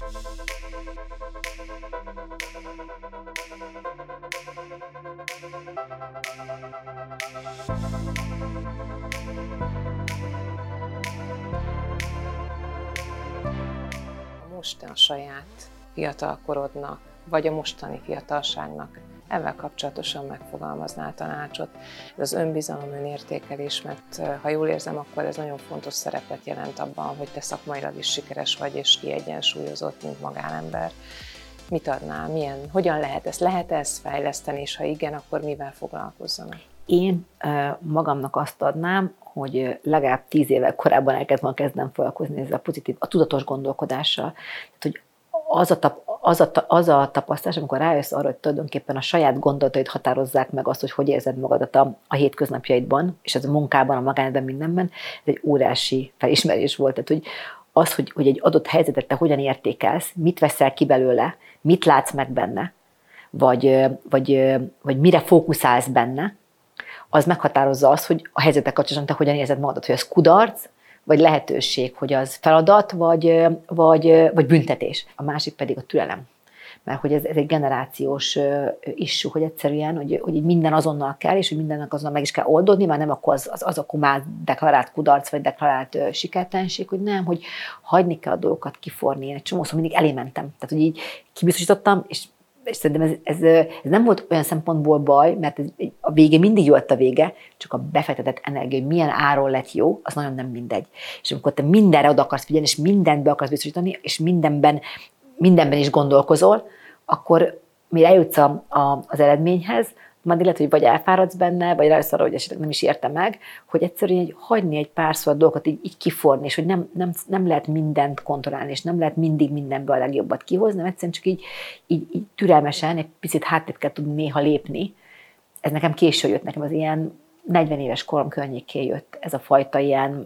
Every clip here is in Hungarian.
Most a saját fiatalkorodnak, vagy a mostani fiatalságnak ezzel kapcsolatosan megfogalmaznál tanácsot. Ez az önbizalom, önértékelés, mert ha jól érzem, akkor ez nagyon fontos szerepet jelent abban, hogy te szakmailag is sikeres vagy, és kiegyensúlyozott, mint magánember. Mit adnál? Hogyan lehet ezt fejleszteni, és ha igen, akkor mivel foglalkozzanak? Én magamnak azt adnám, hogy legalább 10 évvel korábban el kellett volna kezdenem foglalkozni ezzel a pozitív, a tudatos gondolkodással. Tehát, hogy az a tapasztalás, amikor rájössz arra, hogy tulajdonképpen a saját gondolataid határozzák meg azt, hogy érzed magadat a hétköznapjaidban, és ez a munkában, a magánéletben, mindenben, ez egy óriási felismerés volt. Tehát, hogy az, hogy egy adott helyzetet te hogyan értékelsz, mit veszel ki belőle, mit látsz meg benne, vagy mire fókuszálsz benne, az meghatározza azt, hogy a helyzetek kapcsolatban te hogyan érzed magadat, hogy az kudarc, vagy lehetőség, hogy az feladat, vagy büntetés. A másik pedig a türelem. Mert hogy ez egy generációs issue, hogy egyszerűen, hogy minden azonnal kell, és hogy mindennek azonnal meg is kell oldódni, mert nem akkor az akkor már deklarált kudarc, vagy deklarált sikertelenség, hogy nem, hogy hagyni kell a dolgokat kiforni. Én egy csomószor mindig elé mentem. Tehát, hogy így kibiztosítottam, és szerintem ez nem volt olyan szempontból baj, mert a vége mindig jó lett a vége, csak a befektetett energia, hogy milyen áron lett jó, az nagyon nem mindegy. És amikor te mindenre oda akarsz figyelni, és mindent be akarsz biztosítani, és mindenben is gondolkozol, akkor mire eljutsz az eredményhez, majd lehet, hogy vagy elfáradsz benne, vagy rájössz arra, hogy esetleg nem is érte meg, hogy egyszerűen hagyni egy párszor a dolgokat így kiforni, és hogy nem lehet mindent kontrollálni, és nem lehet mindig mindenből a legjobbat kihozni, hanem egyszerűen csak így türelmesen, egy picit hátrébb kell tudni néha lépni. Ez nekem késő jött, nekem az ilyen 40 éves korom környékén jött ez a fajta ilyen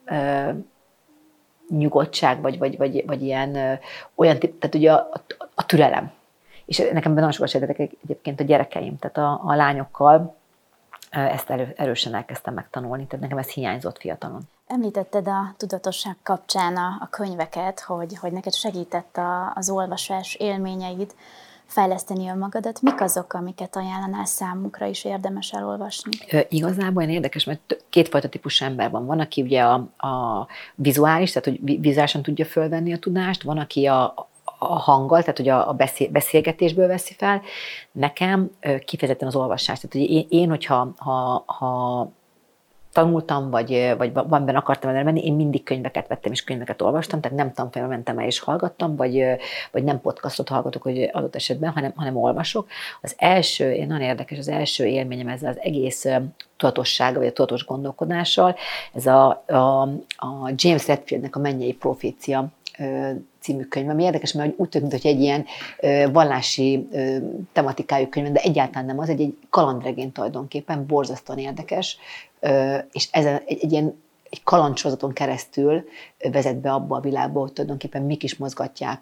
nyugodtság, vagy ilyen olyan, tehát ugye a türelem. És nekem nagyon sokat segítettek egyébként a gyerekeim, tehát a lányokkal ezt erősen elkezdtem megtanulni, tehát nekem ez hiányzott fiatalon. Említetted a tudatosság kapcsán a könyveket, hogy neked segített az olvasás élményeid fejleszteni önmagadat. Mik azok, amiket ajánlanál számukra is érdemes elolvasni? Igazából olyan érdekes, mert kétfajta típusú ember van. Van, aki ugye a vizuális, tehát hogy vizuálisan tudja fölvenni a tudást, van, aki a hanggal, tehát hogy a beszélgetésből veszi fel. Nekem kifejezetten az olvasás. Tehát hogy én hogyha tanultam, vagy valamiben akartam elmenni, én mindig könyveket vettem, és könyveket olvastam, tehát nem tanfolyamra mentem el és hallgattam, vagy nem podcastot hallgatok, hogy adott esetben, hanem olvasok. Az első, én nagyon érdekes, az első élményem ezzel az egész tudatossággal, vagy a tudatos gondolkodással, ez a James Redfieldnek a Mennyei Profécia című könyv, ami érdekes, mert úgy tűnik, hogy egy ilyen vallási tematikájú könyv, de egyáltalán nem az, egy kalandregény tulajdonképpen, borzasztóan érdekes, és ezen egy kalandsorozaton keresztül vezet be abba a világba, hogy tulajdonképpen mik is mozgatják,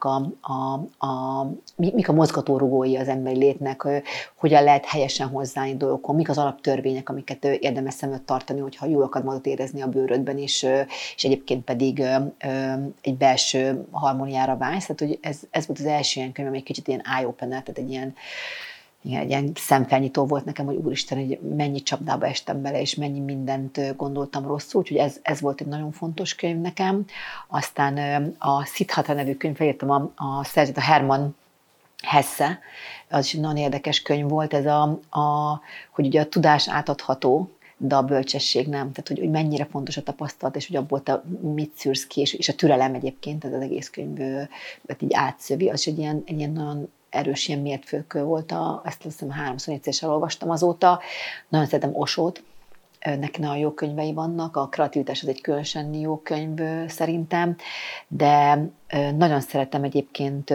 mik a mozgatórugói az emberi létnek, hogyan lehet helyesen hozzáállni dolgokon, mik az alaptörvények, amiket érdemes szem előtt tartani, hogyha jól akar magad érezni a bőrödben, és egyébként pedig egy belső harmóniára vágysz. Tehát, hogy ez volt az első ilyen könyv, ami egy kicsit ilyen eye-opener, tehát egy ilyen szemfelnyitó volt nekem, hogy úristen, hogy mennyi csapdába estem bele, és mennyi mindent gondoltam rosszul, úgyhogy ez volt egy nagyon fontos könyv nekem. Aztán a Siddhartha nevű könyv, felírtam a szerzőt, a Hermann Hesse, az is egy nagyon érdekes könyv volt, ez hogy ugye a tudás átadható, de a bölcsesség nem. Tehát, hogy mennyire fontos a tapasztalat, és hogy abból te mit szűrsz ki, és a türelem egyébként, ez az egész könyvet így átszövi, az is egy ilyen nagyon erős ilyen mértfőkő volt, ezt azt hiszem 3-4-szer elolvastam azóta. Nagyon szeretem Osót, neki nagyon jó könyvei vannak, a kreativitás az egy különösen jó könyv szerintem, de nagyon szeretem egyébként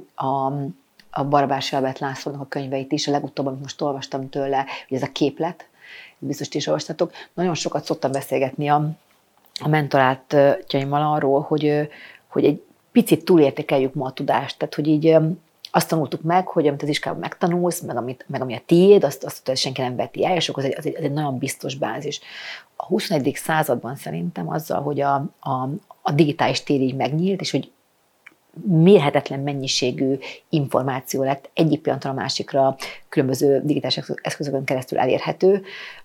a Barabás Albert Lászlónak a könyveit is, a legutóbb, amit most olvastam tőle, hogy ez a Képlet, biztos ti is olvastatok. Nagyon sokat szoktam beszélgetni a mentorátjaimmal arról, hogy egy picit túlértékeljük ma a tudást, tehát hogy így azt tanultuk meg, hogy amit az iskában megtanulsz, meg ami a tiéd, azt senki nem veti el, és akkor az egy nagyon biztos bázis. A 21. században szerintem azzal, hogy a digitális tér így megnyílt, és hogy mérhetetlen mennyiségű információ lett egyik pillanatra a másikra különböző digitális eszközökön keresztül elérhető.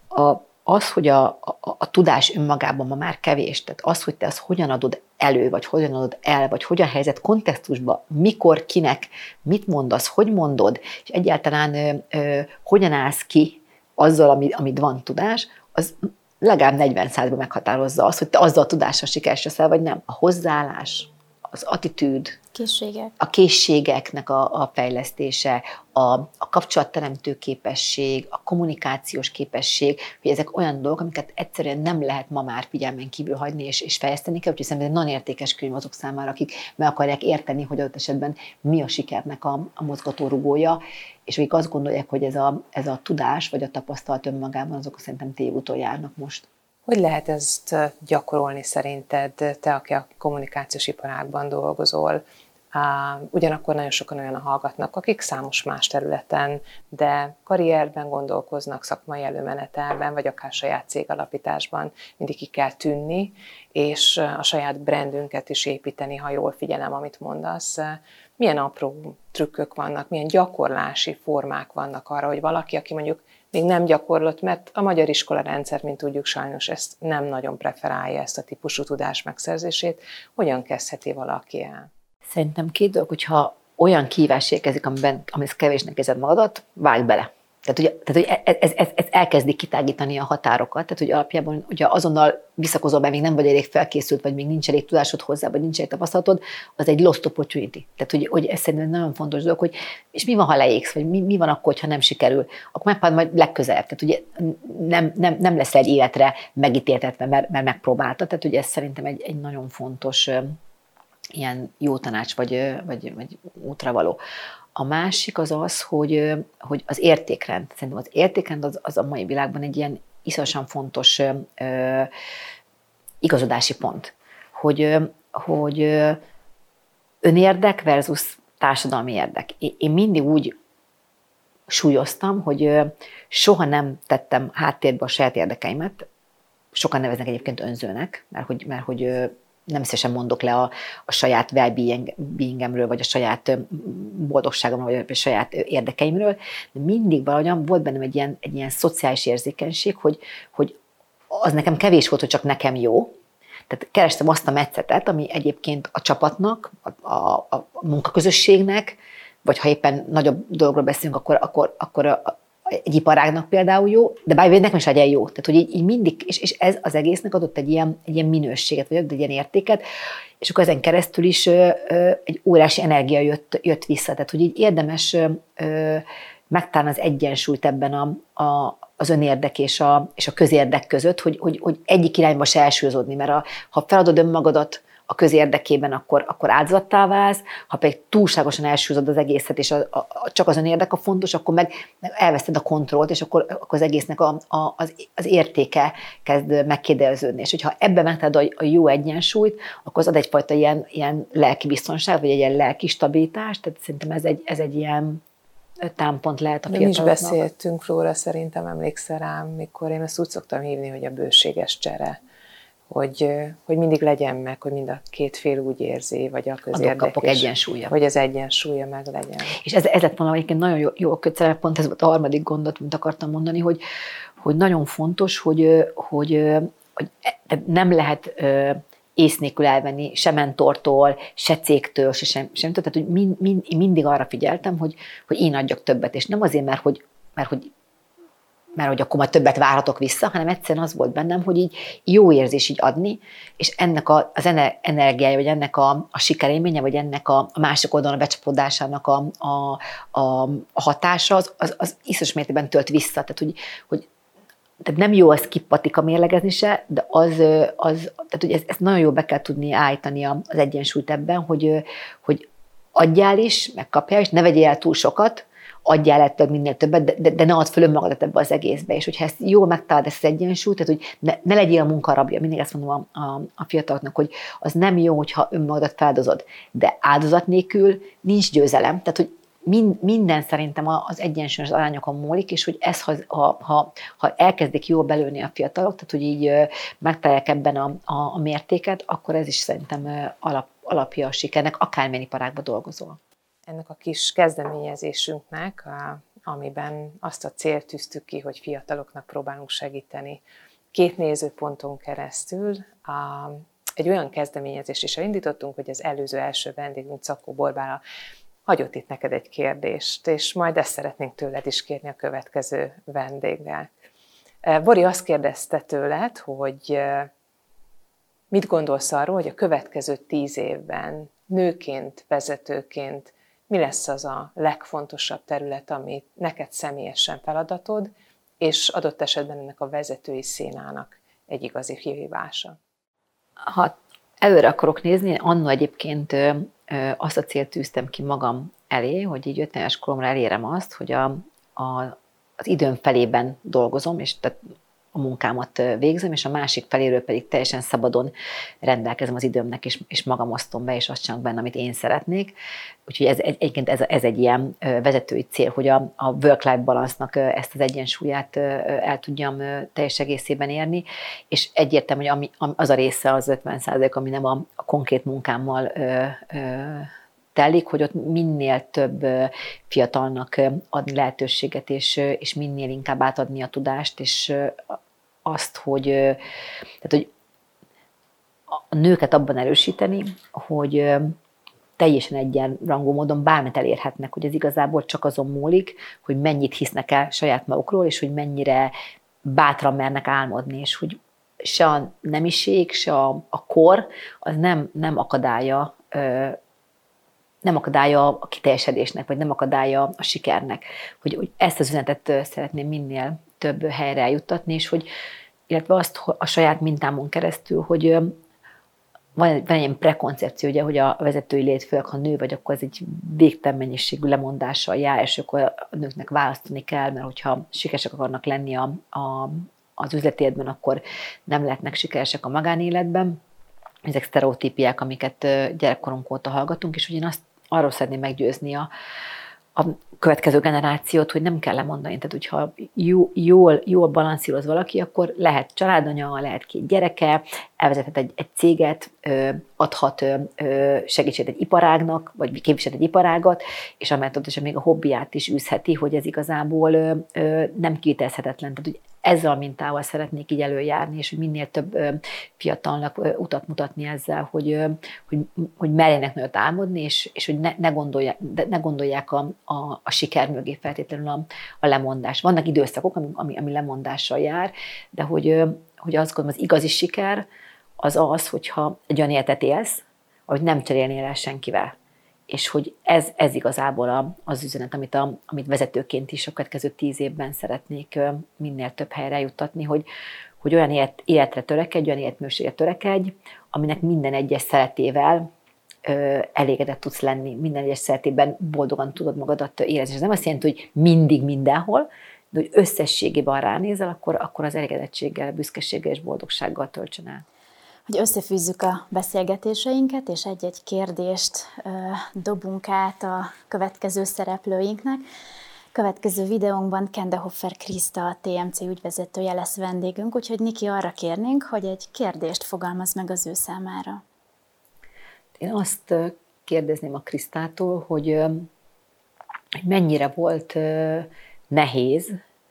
Az, hogy a tudás önmagában ma már kevés, tehát az, hogy te azt hogyan adod elő, vagy hogyan adod el, vagy hogyan helyezed kontextusba, mikor, kinek, mit mondasz, hogy mondod, és egyáltalán hogyan állsz ki azzal, amit van tudás, az legalább 40%-ban meghatározza azt, hogy te azzal a tudással sikeres leszel, vagy nem. A hozzáállás, az attitűd, a készségeknek a fejlesztése, a kapcsolatteremtő képesség, a kommunikációs képesség, hogy ezek olyan dolgok, amiket egyszerűen nem lehet ma már figyelmen kívül hagyni és fejleszteni kell, úgyhogy szerintem ez egy nagyon értékes könyv azok számára, akik meg akarják érteni, hogy adott esetben mi a sikernek a mozgatórugója, és akik azt gondolják, hogy ez a tudás vagy a tapasztalat önmagában, azok szerintem tévúton járnak most. Hogy lehet ezt gyakorolni szerinted, te, aki a kommunikációs iparágban dolgozol? Ugyanakkor nagyon sokan olyan hallgatnak, akik számos más területen, de karrierben gondolkoznak, szakmai előmenetelben, vagy akár saját cégalapításban mindig ki kell tűnni, és a saját brandünket is építeni, ha jól figyelem, amit mondasz. Milyen apró trükkök vannak, milyen gyakorlási formák vannak arra, hogy valaki, aki mondjuk még nem gyakorlott, mert a magyar iskolarendszer, mint tudjuk, sajnos ezt nem nagyon preferálja, ezt a típusú tudás megszerzését. Hogyan kezdheti valaki el? Szerintem két dolog, hogyha olyan kihívás érkezik, amihez kevésnek érzed magadat, vágj bele. Tehát hogy ez elkezdi kitágítani a határokat, tehát hogy alapjában, hogyha azonnal visszakozol, mert még nem vagy elég felkészült, vagy még nincs elég tudásod hozzá, vagy nincs elég tapasztalatod, az egy lost opportunity. Tehát, hogy ez szerintem nagyon fontos dolog, hogy és mi van, ha leégsz, vagy mi van akkor, ha nem sikerül, akkor megpróbálod majd legközelebb. Tehát ugye nem lesz egy életre megítéltetve, mert megpróbáltad. Tehát ugye ez szerintem egy nagyon fontos ilyen jó tanács, vagy útravaló. A másik az, hogy az értékrend. Szerintem az értékrend az a mai világban egy ilyen iszonyatosan fontos igazodási pont. Hogy önérdek versus társadalmi érdek. Én mindig úgy súlyoztam, hogy soha nem tettem háttérbe a saját érdekeimet. Sokan neveznek egyébként önzőnek, mert hogy nem szívesen mondok le a saját well-beingemről, vagy a saját boldogságomról, vagy a saját érdekeimről, de mindig valahogyan volt bennem egy ilyen szociális érzékenység, hogy az nekem kevés volt, hogy csak nekem jó. Tehát kerestem azt a metszetet, ami egyébként a csapatnak, a munkaközösségnek, vagy ha éppen nagyobb dologról beszélünk, akkor egy iparágnak például jó, de bár nekem is legyen jó. Tehát, hogy így mindig, és ez az egésznek adott egy ilyen minőséget, vagy egy ilyen értéket, és akkor ezen keresztül is egy óriási energia jött vissza. Tehát, hogy így érdemes megtalálni az egyensúlyt ebben az önérdek és a közérdek között, hogy egyik irányba se elsőződni, mert ha feladod önmagadat a közérdekében, akkor áldozattá válsz, ha pedig túlságosan elsúlyozod az egészet, és csak az önérdek a fontos, akkor meg elveszted a kontrollt, és akkor az egésznek az értéke kezd megkérdeződni. És hogyha ebben megtalálod a jó egyensúlyt, akkor az ad egyfajta ilyen lelki biztonság, vagy egy ilyen lelki stabilitást, tehát szerintem ez egy ilyen támpont lehet a fiataloknak. Mi is beszéltünk róla, szerintem emlékszel rám, mikor én ezt úgy szoktam hívni, hogy a bőséges csere. Hogy mindig legyen meg, hogy mind a két fél úgy érzi, vagy a közérdek egyensúlya. Hogy az egyensúlya meg legyen. És ez lett volna egyébként nagyon jó kötszere, pont ez volt a harmadik gondot, mint akartam mondani, hogy nagyon fontos, hogy nem lehet ész nélkül elvenni se mentortól, se cégtől, se semmi. Tehát, hogy mindig arra figyeltem, hogy én adjak többet, és nem azért, mert hogy akkor majd többet várhatok vissza, hanem egyszerűen az volt bennem, hogy így jó érzés így adni, és ennek az energiája, vagy ennek a sikerélménye, vagy ennek a másik oldalon a becsapódásának a hatása, az iszonyos mértékben tölt vissza. Tehát, tehát nem jó ezt kipatika mérlegezni se, de tehát, hogy ezt nagyon jól be kell tudni állítani az egyensúlyt ebben, hogy adjál is, megkapjál is, ne vegyél el túl sokat, adjál el minél többet, de ne add föl önmagadat ebbe az egészbe. És hogyha ezt jól megtalálod, ezt az egyensúlyt, tehát hogy ne legyél a munkarabja, mindig ezt mondom a fiataloknak, hogy az nem jó, hogyha önmagadat feldozod, de áldozat nélkül nincs győzelem. Tehát, hogy minden szerintem az egyensúlyos arányokon múlik, és hogy ez, ha elkezdik jól belőni a fiatalok, tehát hogy így megtalálják ebben a mértéket, akkor ez is szerintem alapja a sikernek, akármilyen iparágban dolgozol? Ennek a kis kezdeményezésünknek, amiben azt a célt tűztük ki, hogy fiataloknak próbálunk segíteni 2 nézőponton keresztül, egy olyan kezdeményezést is elindítottunk, hogy az első vendégünk, Czakó Borbála hagyott itt neked egy kérdést, és majd ezt szeretnénk tőled is kérni a következő vendéggel. Bori azt kérdezte tőled, hogy mit gondolsz arról, hogy a következő 10 évben nőként, vezetőként mi lesz az a legfontosabb terület, ami neked személyesen feladatod, és adott esetben ennek a vezetői szénának egy igazi kihívása? Ha előre akarok nézni, annó egyébként azt a célt tűztem ki magam elé, hogy így 50 éves koromra elérem azt, hogy az időm felében dolgozom, és tehát a munkámat végzem, és a másik feléről pedig teljesen szabadon rendelkezem az időmnek, és magam osztom be, és azt csinálok benne, amit én szeretnék. Úgyhogy egyébként ez egy ilyen vezetői cél, hogy a work-life balance-nak ezt az egyensúlyát el tudjam teljes egészében érni, és egyértelmű, hogy az a része az 50%, ami nem a konkrét munkámmal telik, hogy ott minél több fiatalnak adni lehetőséget, és minél inkább átadni a tudást, és azt, hogy a nőket abban erősíteni, hogy teljesen egyenrangú módon bármit elérhetnek, hogy ez igazából csak azon múlik, hogy mennyit hisznek el saját magukról, és hogy mennyire bátran mernek álmodni, és hogy se a nemiség, se a kor, az nem akadálya a kiteljesedésnek, vagy nem akadálya a sikernek. Hogy ezt az üzenetet szeretném minél több helyre eljuttatni, és illetve azt a saját mintámon keresztül, hogy van egy ilyen prekoncepció, ugye, hogy a vezetői lét, főleg ha nő vagy, akkor ez egy végtelen mennyiségű lemondással jár, és akkor a nőknek választani kell, mert hogyha sikeresek akarnak lenni az üzleti életben, akkor nem lehetnek sikeresek a magánéletben. Ezek sztereotípiák, amiket gyerekkorunk óta hallgatunk, és hogy én arról szeretném meggyőzni a következő generációt, hogy nem kell lemondani. Tehát, hogyha jól balanszíroz valaki, akkor lehet családanya, lehet 2 gyereke, elvezethet egy céget, adhat segítséget egy iparágnak, vagy képviselhet egy iparágat, és amellett még a hobbiát is űzheti, hogy ez igazából nem kivitelezhetetlen. Tehát, hogy ezzel a mintával szeretnék így előjárni, és hogy minél több fiatalnak utat mutatni ezzel, hogy merjenek nagyot álmodni, és hogy ne gondolják a siker mögé feltétlenül a lemondást. Vannak időszakok, ami lemondással jár, de hogy azt gondolom, az igazi siker az, hogyha egy olyan életet élsz, ahogy nem cserélnél el senkivel. És hogy ez igazából az üzenet, amit vezetőként is a következő 10 évben szeretnék minél több helyre juttatni, hogy olyan életre törekedj, olyan életminőségre törekedj, aminek minden egyes szeletével elégedett tudsz lenni, minden egyes szeretében boldogan tudod magadat érezni. Ez nem azt jelenti, hogy mindig mindenhol, de hogy összességében ránézel, akkor az elégedettséggel, büszkeséggel és boldogsággal töltsön el. Hogy összefűzzük a beszélgetéseinket, és egy-egy kérdést dobunk át a következő szereplőinknek. Következő videónkban Kendehoffer Kriszta, a TMC ügyvezetője lesz vendégünk, úgyhogy Niki, arra kérnénk, hogy egy kérdést fogalmaz meg az ő számára. Én azt kérdezném a Krisztától, hogy mennyire volt nehéz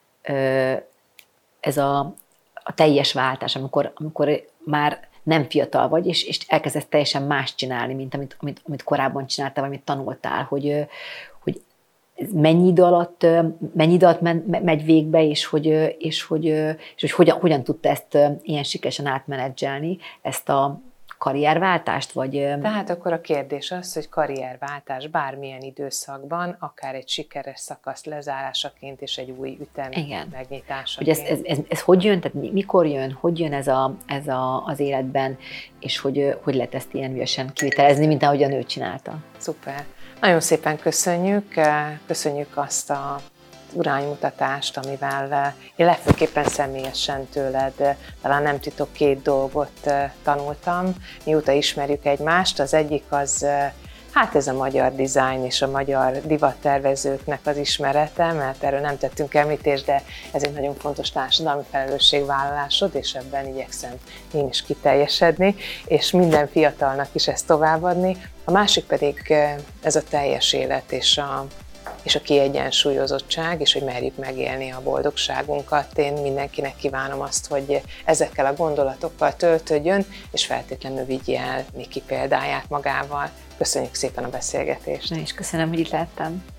ez a teljes váltás, amikor már nem fiatal vagy, és elkezdesz teljesen más csinálni, mint amit korábban csináltál, vagy amit tanultál, hogy mennyi idő alatt megy végbe, és hogy hogyan tudta ezt ilyen sikeresen átmenedzselni, ezt a karrierváltást, vagy... Tehát akkor a kérdés az, hogy karrierváltás bármilyen időszakban, akár egy sikeres szakasz lezárásaként és egy új ütem megnyitásaként. Hogy ez hogy jön, tehát mikor jön, hogy jön ez az életben, és hogy lehet ezt ilyen ügyesen kivitelezni, mint ahogy a nő csinálta. Szuper. Nagyon szépen köszönjük azt a iránymutatást, amivel én legfőképpen személyesen tőled, talán nem titok, 2 dolgot tanultam, mióta ismerjük egymást. Az egyik az Hát ez a magyar dizájn és a magyar divattervezőknek az ismerete, mert erről nem tettünk említést, de ez egy nagyon fontos társadalmi felelősségvállalásod, és ebben igyekszem én is kiteljesedni, és minden fiatalnak is ezt továbbadni. A másik pedig ez a teljes élet és a kiegyensúlyozottság, és hogy merjük megélni a boldogságunkat. Én mindenkinek kívánom azt, hogy ezekkel a gondolatokkal töltődjön, és feltétlenül vigye el Miki példáját magával. Köszönjük szépen a beszélgetést! És köszönöm, hogy itt láttam.